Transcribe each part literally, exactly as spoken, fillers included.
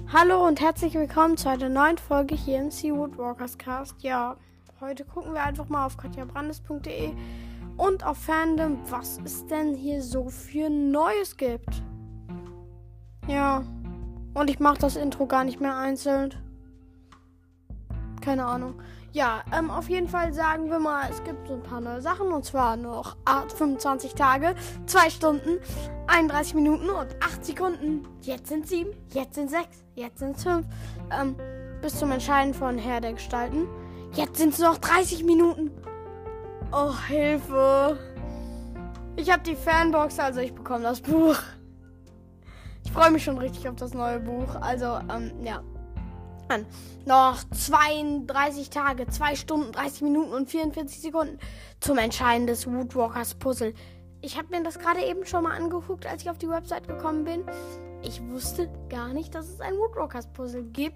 Hallo und herzlich willkommen zu einer neuen Folge hier im Sea Woodwalkers Cast. Ja, heute gucken wir einfach mal auf katja brandes punkt de und auf Fandom, was es denn hier so für Neues gibt. Ja, und ich mache das Intro gar nicht mehr einzeln. Keine Ahnung. Ja, ähm, auf jeden Fall sagen wir mal, es gibt so ein paar neue Sachen. Und zwar noch fünfundzwanzig Tage, zwei Stunden, einunddreißig Minuten und acht Sekunden. Jetzt sind sieben, jetzt sind sechs, jetzt sind fünf. Ähm, bis zum Entscheiden von Herr der Gestalten. Jetzt sind es noch dreißig Minuten. Oh, Hilfe. Ich habe die Fanbox, also ich bekomme das Buch. Ich freue mich schon richtig auf das neue Buch. Also, ähm, ja. An. Noch zweiunddreißig Tage, zwei Stunden, dreißig Minuten und vierundvierzig Sekunden zum Entscheiden des Woodwalkers Puzzle. Ich habe mir das gerade eben schon mal angeguckt, als ich auf die Website gekommen bin. Ich wusste gar nicht, dass es ein Woodwalkers Puzzle gibt.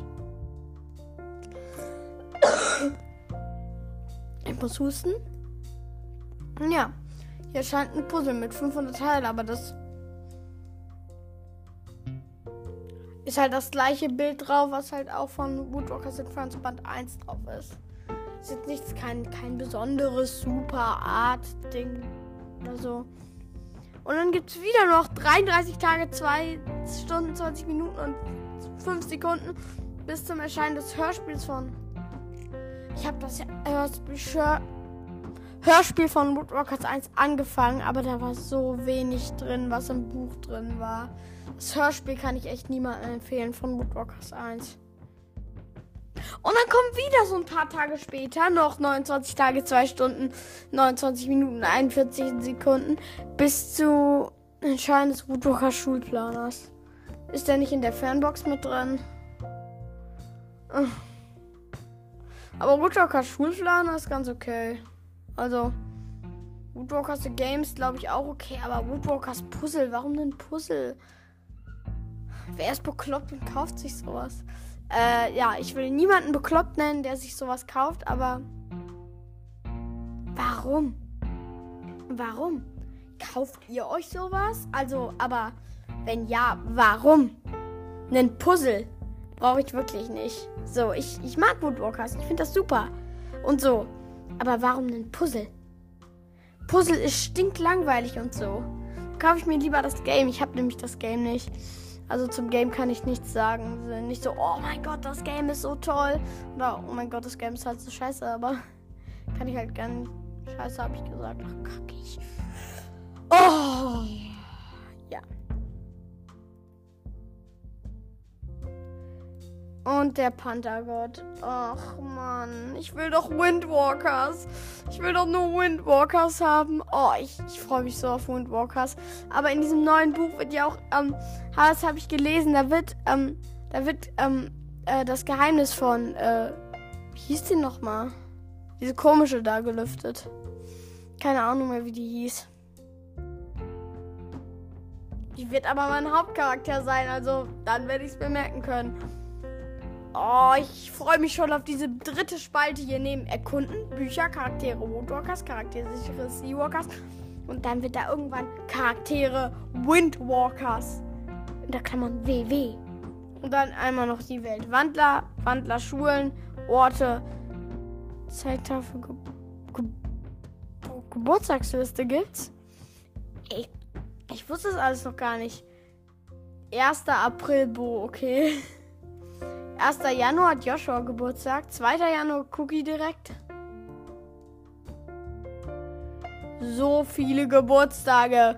Ich muss husten. Ja, hier scheint ein Puzzle mit fünfhundert Teilen, aber das ist halt das gleiche Bild drauf, was halt auch von Woodwalkers Inferno Band eins drauf ist. Ist jetzt nichts, kein, kein besonderes Super-Art-Ding oder so. Und dann gibt es wieder noch dreiunddreißig Tage, zwei Stunden, zwanzig Minuten und fünf Sekunden bis zum Erscheinen des Hörspiels von... Ich habe das Hörspiel, Hörspiel von Woodwalkers eins angefangen, aber da war so wenig drin, was im Buch drin war. Das Hörspiel kann ich echt niemandem empfehlen von Woodwalkers eins. Und dann kommt wieder so ein paar Tage später, noch neunundzwanzig Tage, zwei Stunden, neunundzwanzig Minuten, einundvierzig Sekunden, bis zu Entscheiden des Woodwalkers Schulplaners. Ist der nicht in der Fanbox mit drin? Aber Woodwalkers Schulplaner ist ganz okay. Also, Woodwalkers The Games glaube ich auch okay, aber Woodwalkers Puzzle, warum denn Puzzle? Wer ist bekloppt und kauft sich sowas? Äh, ja, ich will niemanden bekloppt nennen, der sich sowas kauft, aber warum? Warum? Kauft ihr euch sowas? Also, aber wenn ja, warum? Einen Puzzle brauche ich wirklich nicht. So, ich, ich mag Woodwalkers, ich finde das super. Und so, aber warum einen Puzzle? Puzzle ist stinklangweilig und so. Kaufe ich mir lieber das Game, ich habe nämlich das Game nicht. Also zum Game kann ich nichts sagen. Nicht so, oh mein Gott, das Game ist so toll. Oder, oh mein Gott, das Game ist halt so scheiße. Aber kann ich halt gar nicht. Scheiße, habe ich gesagt. Ach, kackig. Oh. Ja. Und der Panthergott. Ach, Mann. Ich will doch Windwalkers. Ich will doch nur Windwalkers haben. Oh, ich, ich freue mich so auf Windwalkers. Aber in diesem neuen Buch wird ja auch, ähm, das habe ich gelesen, da wird, ähm, da wird, ähm, äh, das Geheimnis von, äh, wie hieß die nochmal? Diese komische da gelüftet. Keine Ahnung mehr, wie die hieß. Die wird aber mein Hauptcharakter sein, also dann werde ich es bemerken können. Oh, ich freue mich schon auf diese dritte Spalte hier neben Erkunden, Bücher, Charaktere, Woodwalkers, Charaktere, sichere Seawalkers. Und dann wird da irgendwann Charaktere, Windwalkers. In der Klammern W W. Und dann einmal noch die Welt. Wandler, Wandlerschulen, Orte, Zeittafel, Ge Ge Geburtstagsliste gibt's. Ich, ich wusste das alles noch gar nicht. erster April, Bo, okay. erster Januar hat Joshua Geburtstag. zweiter Januar Cookie direkt. So viele Geburtstage.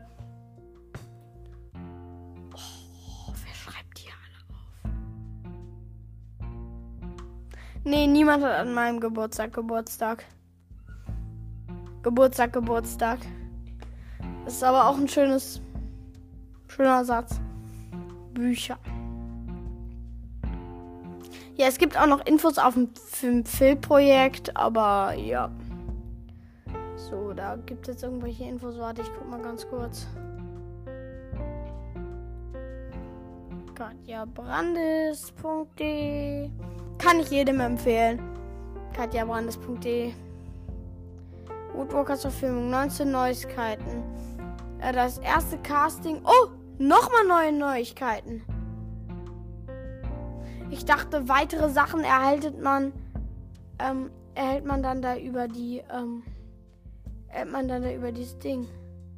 Oh, wer schreibt die alle auf? Nee, niemand hat an meinem Geburtstag Geburtstag. Geburtstag, Geburtstag. Das ist aber auch ein schönes, schöner Satz. Bücher. Ja, es gibt auch noch Infos auf dem Filmprojekt, aber ja. So, da gibt es jetzt irgendwelche Infos. Warte, ich guck mal ganz kurz. katja brandes punkt de Kann ich jedem empfehlen. katja brandes punkt de Woodwalkers Verfilmung, neunzehn Neuigkeiten. Das erste Casting. Oh, nochmal neue Neuigkeiten. Ich dachte, weitere Sachen erhaltet man, ähm, erhält man dann da über die, ähm, erhält man dann da über dieses Ding.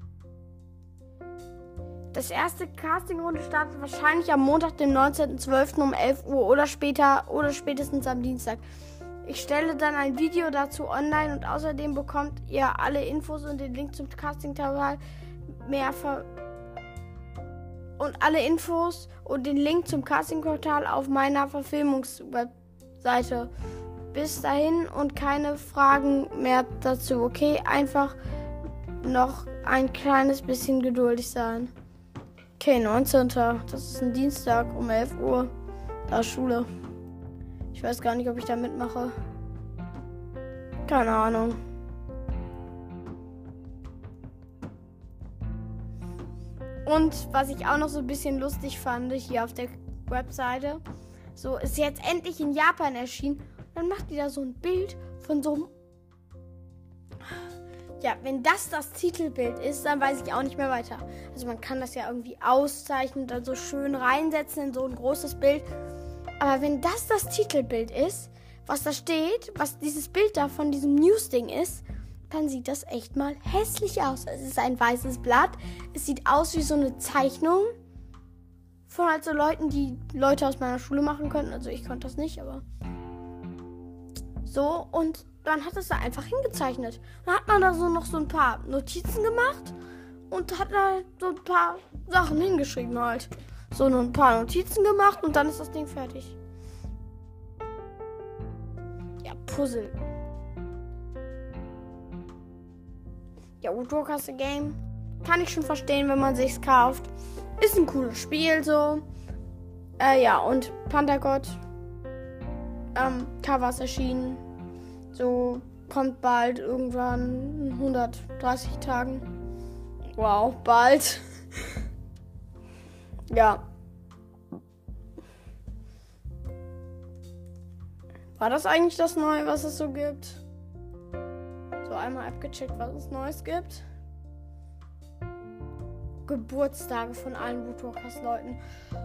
Das erste Castingrunde startet wahrscheinlich am Montag, dem neunzehnten zwölften um elf Uhr oder später oder spätestens am Dienstag. Ich stelle dann ein Video dazu online und außerdem bekommt ihr alle Infos und den Link zum Casting-Portal mehr ver und alle Infos und den Link zum Casting-Portal auf meiner Verfilmungs-Webseite. Bis dahin und keine Fragen mehr dazu, okay? Einfach noch ein kleines bisschen geduldig sein. Okay, neunzehnten Das ist ein Dienstag um elf Uhr. Da ist Schule. Ich weiß gar nicht, ob ich da mitmache. Keine Ahnung. Und was ich auch noch so ein bisschen lustig fand, hier auf der Webseite, so ist jetzt endlich in Japan erschienen. Dann macht die da so ein Bild von so einem... Ja, wenn das das Titelbild ist, dann weiß ich auch nicht mehr weiter. Also man kann das ja irgendwie auszeichnen und dann so schön reinsetzen in so ein großes Bild. Aber wenn das das Titelbild ist, was da steht, was dieses Bild da von diesem News-Ding ist, dann sieht das echt mal hässlich aus. Es ist ein weißes Blatt. Es sieht aus wie so eine Zeichnung von halt so Leuten, die Leute aus meiner Schule machen könnten. Also ich konnte das nicht, aber so. Und dann hat es da einfach hingezeichnet. Dann hat man da so noch so ein paar Notizen gemacht und hat da so ein paar Sachen hingeschrieben halt. So nur ein paar Notizen gemacht und dann ist das Ding fertig. Ja, Puzzle. Ja, Woodwalkers the Game. Kann ich schon verstehen, wenn man sich's kauft. Ist ein cooles Spiel so. Äh, ja, und Panthergott. Ähm, Cover ist erschienen. So, kommt bald irgendwann in hundertdreißig Tagen. Wow, bald. Ja. War das eigentlich das Neue, was es so gibt? So, einmal abgecheckt, was es Neues gibt. Geburtstage von allen Woodwalkers-Leuten.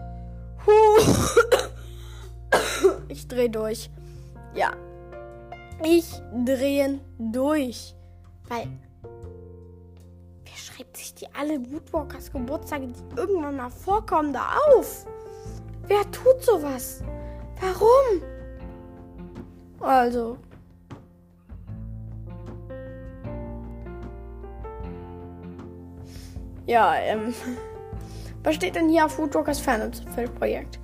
Ich dreh durch. Ja. Ich drehe durch. Weil, wer schreibt sich die alle Woodwalkers Geburtstage, die irgendwann mal vorkommen, da auf? Wer tut sowas? Warum? Also. Ja, ähm. Was steht denn hier auf Woodwalkers Fan-Projekt?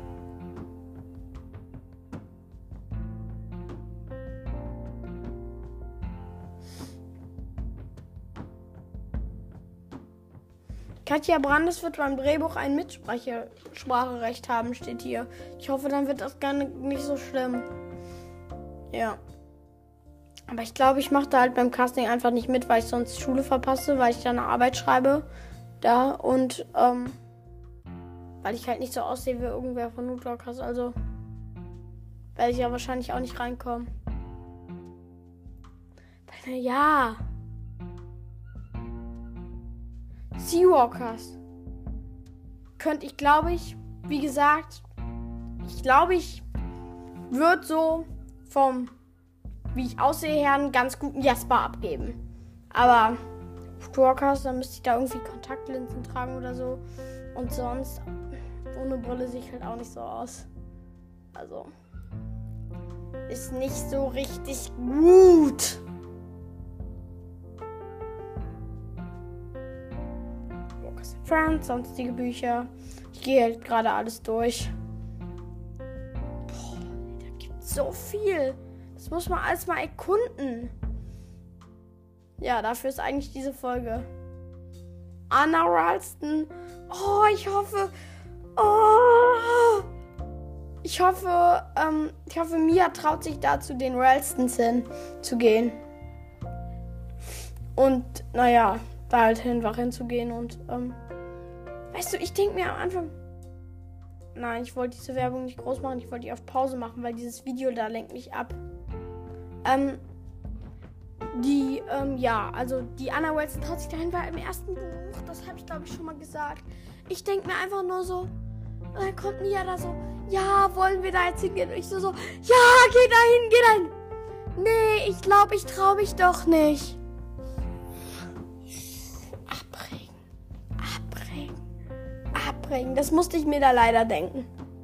Katja Brandes wird beim Drehbuch ein Mitspracherecht haben, steht hier. Ich hoffe, dann wird das gar nicht so schlimm. Ja. Aber ich glaube, ich mache da halt beim Casting einfach nicht mit, weil ich sonst Schule verpasse, weil ich da eine Arbeit schreibe. Da und, ähm, weil ich halt nicht so aussehe wie irgendwer von Woodwalkers, also werde ich ja wahrscheinlich auch nicht reinkommen. Weil, na ja. Seawalkers. Könnte ich, glaube ich, wie gesagt, ich glaube, ich würde so vom, wie ich aussehe her, einen ganz guten Jasper abgeben. Aber Woodwalkers, dann müsste ich da irgendwie Kontaktlinsen tragen oder so. Und sonst, ohne Brille sehe ich halt auch nicht so aus. Also, ist nicht so richtig gut. Friends, sonstige Bücher. Ich gehe halt gerade alles durch. Boah, da gibt's so viel. Das muss man alles mal erkunden. Ja, dafür ist eigentlich diese Folge. Anna Ralston. Oh, ich hoffe. Oh. Ich hoffe, ähm, ich hoffe, Mia traut sich dazu, den Ralstons hin zu gehen. Und, naja, da halt einfach hinzugehen und, ähm, weißt du, ich denke mir am Anfang, nein, ich wollte diese Werbung nicht groß machen, ich wollte die auf Pause machen, weil dieses Video da lenkt mich ab. Ähm, die, ähm, ja, also die Anna Ralston traut sich dahin, war im ersten Buch, das habe ich glaube ich schon mal gesagt. Ich denke mir einfach nur so, und dann kommt Mia da so, ja, wollen wir da jetzt hingehen? Und ich so, so, ja, geh dahin, geh dahin. Nee, ich glaube, ich traue mich doch nicht. Abbringen, abbringen, abbringen. Das musste ich mir da leider denken.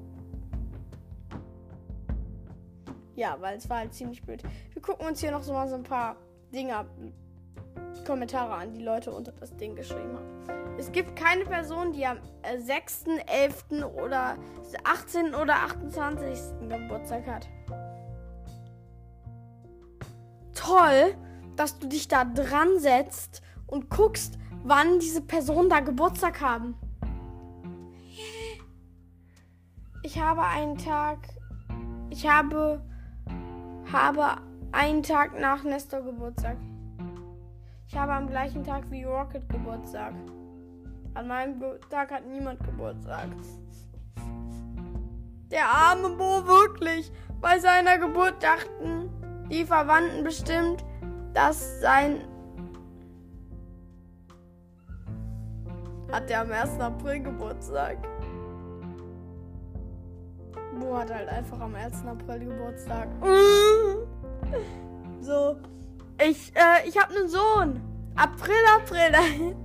Ja, weil es war halt ziemlich blöd. Wir gucken uns hier noch so mal so ein paar Dinger, Kommentare an, die Leute unter das Ding geschrieben haben. Es gibt keine Person, die am sechsten, elften oder achtzehnten oder achtundzwanzigsten Geburtstag hat. Toll, dass du dich da dran setzt und guckst, wann diese Personen da Geburtstag haben. Ich habe einen Tag, ich habe, habe einen Tag nach Nestor Geburtstag. Ich habe am gleichen Tag wie Rocket Geburtstag. An meinem Ge- Tag hat niemand Geburtstag. Der arme Bo, wirklich. Bei seiner Geburt dachten die Verwandten bestimmt, dass sein... Hat der am ersten April Geburtstag. Bo hat halt einfach am ersten April Geburtstag. So. Ich, äh, ich habe einen Sohn. April, April.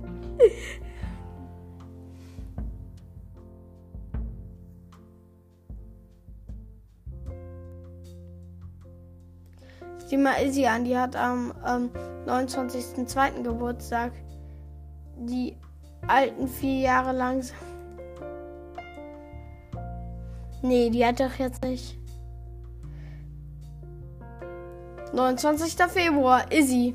Sieh mal Izzy an, die hat am ähm, neunundzwanzigsten zweiten Geburtstag. Die alten vier Jahre langsam. Nee, die hat doch jetzt nicht. neunundzwanzigsten Februar, Izzy.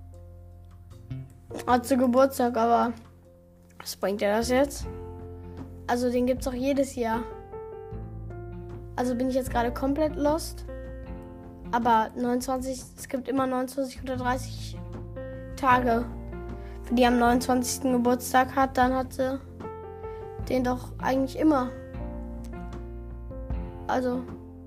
Hat zu Geburtstag, aber was bringt dir das jetzt? Also den gibt's auch jedes Jahr. Also bin ich jetzt gerade komplett lost. Aber neunundzwanzig, es gibt immer neunundzwanzig oder dreißig Tage. Für die am neunundzwanzigsten Geburtstag hat, dann hat sie den doch eigentlich immer. Also.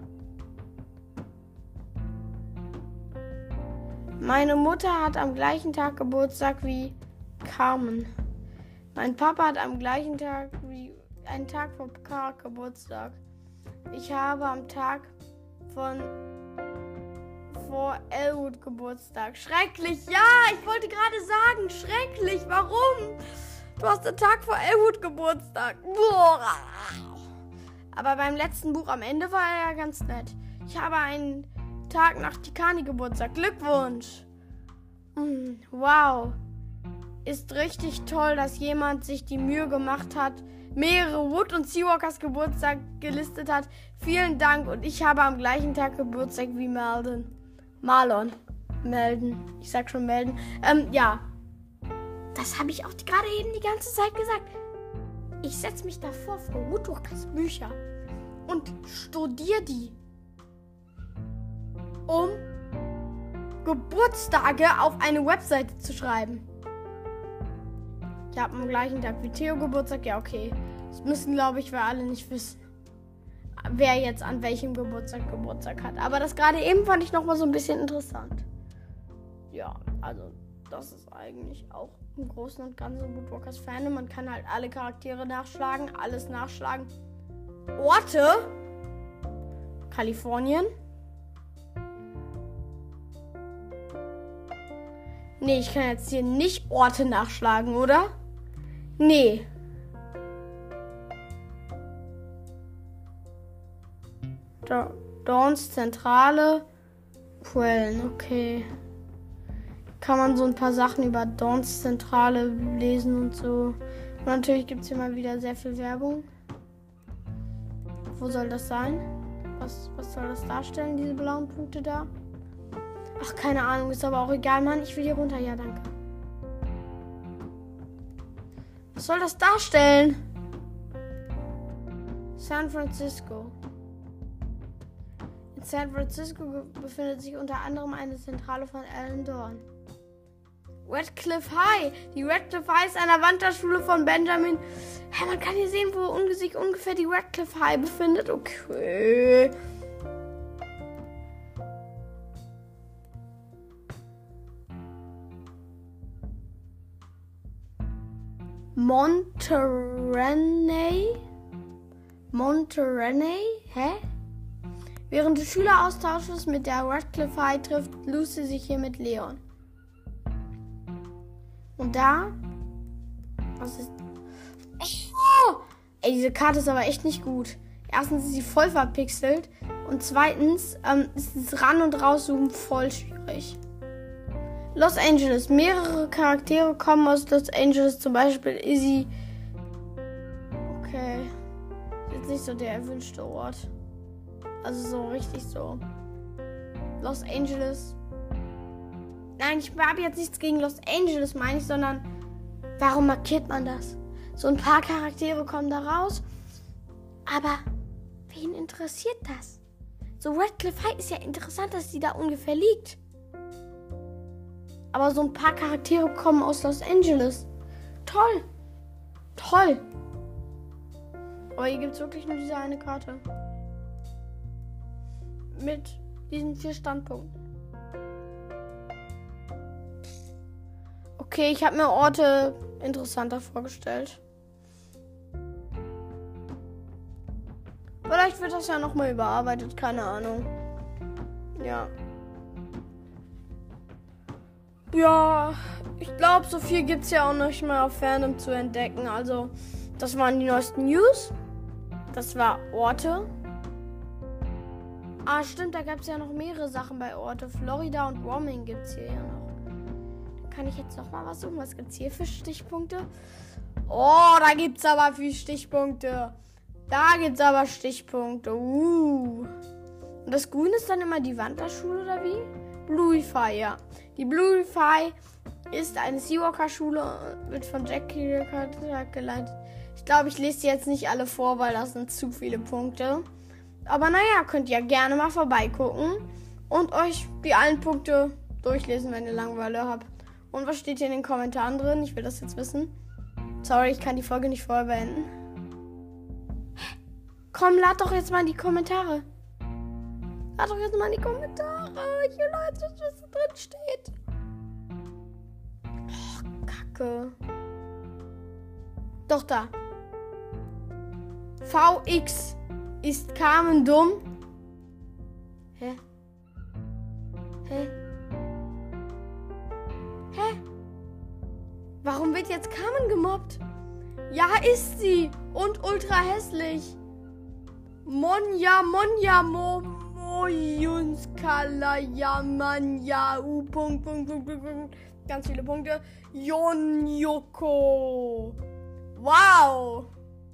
Meine Mutter hat am gleichen Tag Geburtstag wie Carmen. Mein Papa hat am gleichen Tag wie einen Tag vor Karl Geburtstag. Ich habe am Tag von vor Elwood Geburtstag. Schrecklich, ja, ich wollte gerade sagen, schrecklich, warum? Du hast den Tag vor Elwood Geburtstag. Boah. Aber beim letzten Buch am Ende war er ja ganz nett. Ich habe einen Tag nach Tikani Geburtstag. Glückwunsch. Mm, wow. Ist richtig toll, dass jemand sich die Mühe gemacht hat, mehrere Wood und Seawalkers Geburtstag gelistet hat. Vielen Dank. Und ich habe am gleichen Tag Geburtstag wie Melden. Marlon. Melden. Ich sag schon melden. Ähm, ja. Das habe ich auch gerade eben die ganze Zeit gesagt. Ich setze mich davor vor Woodwalkers Bücher und studiere die, um Geburtstage auf eine Webseite zu schreiben. Ich habe am gleichen Tag wie Theo Geburtstag. Ja, okay. Das müssen, glaube ich, wir alle nicht wissen, wer jetzt an welchem Geburtstag Geburtstag hat. Aber das gerade eben fand ich nochmal so ein bisschen interessant. Ja, also das ist eigentlich auch im Großen und Ganzen Woodwalkers Fan. Man kann halt alle Charaktere nachschlagen, alles nachschlagen. Orte. Kalifornien. Nee, ich kann jetzt hier nicht Orte nachschlagen, oder? Nee. Da, Dawns Zentrale. Quellen, okay. Kann man so ein paar Sachen über Dawns Zentrale lesen und so. Und natürlich gibt es hier mal wieder sehr viel Werbung. Wo soll das sein? Was, was soll das darstellen, diese blauen Punkte da? Ach, keine Ahnung, ist aber auch egal, Mann. Ich will hier runter. Ja, danke. Was soll das darstellen? San Francisco. In San Francisco befindet sich unter anderem eine Zentrale von Alan Dorn. Radcliffe High. Die Radcliffe High ist eine Wanderschule von Benjamin. Hey, man kann hier sehen, wo sich ungefähr die Radcliffe High befindet. Okay. Monterey. Monterey? Hä? Während des Schüleraustausches mit der Radcliffe High trifft Lucy sich hier mit Leon. Und da... Was ist... Oh! Ey, diese Karte ist aber echt nicht gut. Erstens ist sie voll verpixelt. Und zweitens ähm, ist das Ran- und Rauszoomen voll schwierig. Los Angeles. Mehrere Charaktere kommen aus Los Angeles. Zum Beispiel Izzy. Okay. Jetzt nicht so der erwünschte Ort. Also so richtig so. Los Angeles. Nein, ich habe jetzt nichts gegen Los Angeles, meine ich, sondern warum markiert man das? So ein paar Charaktere kommen da raus. Aber wen interessiert das? So Radcliffe High ist ja interessant, dass die da ungefähr liegt. Aber so ein paar Charaktere kommen aus Los Angeles. Toll. Toll. Aber hier gibt es wirklich nur diese eine Karte. Mit diesen vier Standpunkten. Okay, ich habe mir Orte interessanter vorgestellt. Vielleicht wird das ja nochmal überarbeitet, keine Ahnung. Ja. Ja, ich glaube, so viel gibt es ja auch nicht mehr auf Fandom zu entdecken. Also, das waren die neuesten News. Das war Orte. Ah, stimmt, da gab es ja noch mehrere Sachen bei Orte. Florida und Wyoming gibt es hier ja noch. Dann kann ich jetzt noch mal was suchen. Was gibt es hier für Stichpunkte? Oh, da gibt es aber viele Stichpunkte. Da gibt es aber Stichpunkte. Uh. Und das Grüne ist dann immer die Wanderschule, oder wie? Blueyfi, ja. Die Blueyfi ist eine Seawalker-Schule, wird von Jack Kirkpatrick geleitet. Ich glaube, ich lese die jetzt nicht alle vor, weil das sind zu viele Punkte. Aber naja, könnt ihr gerne mal vorbeigucken und euch die allen Punkte durchlesen, wenn ihr Langeweile habt. Und was steht hier in den Kommentaren drin? Ich will das jetzt wissen. Sorry, ich kann die Folge nicht vorher beenden. Komm, lad doch jetzt mal in die Kommentare. Lad doch jetzt mal in die Kommentare. Ich will Leute, was da drin steht. Oh, Kacke. Doch, da. V X. Ist Carmen dumm? Hä? Hä? Hä? Warum wird jetzt Carmen gemobbt? Ja, ist sie. Und ultra hässlich. Monja, Monja, Mo, Mojuns, Kala, ja, Manja, U, Punkt, Punkt, Punkt, Punkt, Punkt. Ganz viele Punkte. Yonjoko. Wow.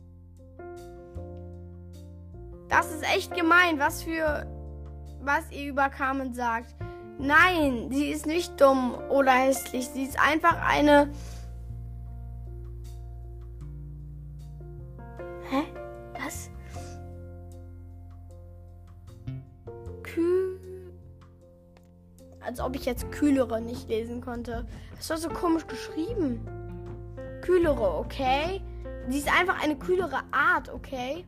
Das ist echt gemein, was für, was ihr über Carmen sagt. Nein, sie ist nicht dumm oder hässlich. Sie ist einfach eine... Hä? Was? Kühl... Als ob ich jetzt kühlere nicht lesen konnte. Das war so komisch geschrieben. Kühlere, okay? Sie ist einfach eine kühlere Art, okay?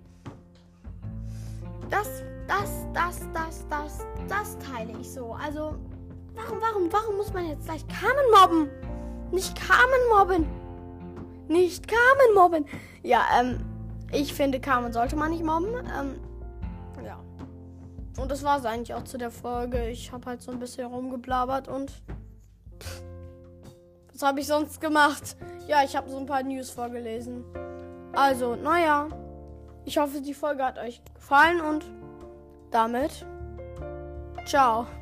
Das, das, das, das, das, das teile ich so. Also, warum, warum, warum muss man jetzt gleich Carmen mobben? Nicht Carmen mobben. Nicht Carmen mobben. Ja, ähm, ich finde, Carmen sollte man nicht mobben. Ähm, ja. Und das war es eigentlich auch zu der Folge. Ich habe halt so ein bisschen rumgeblabert und pff, was habe ich sonst gemacht? Ja, ich habe so ein paar News vorgelesen. Also, naja. Ich hoffe, die Folge hat euch gefallen und damit ciao.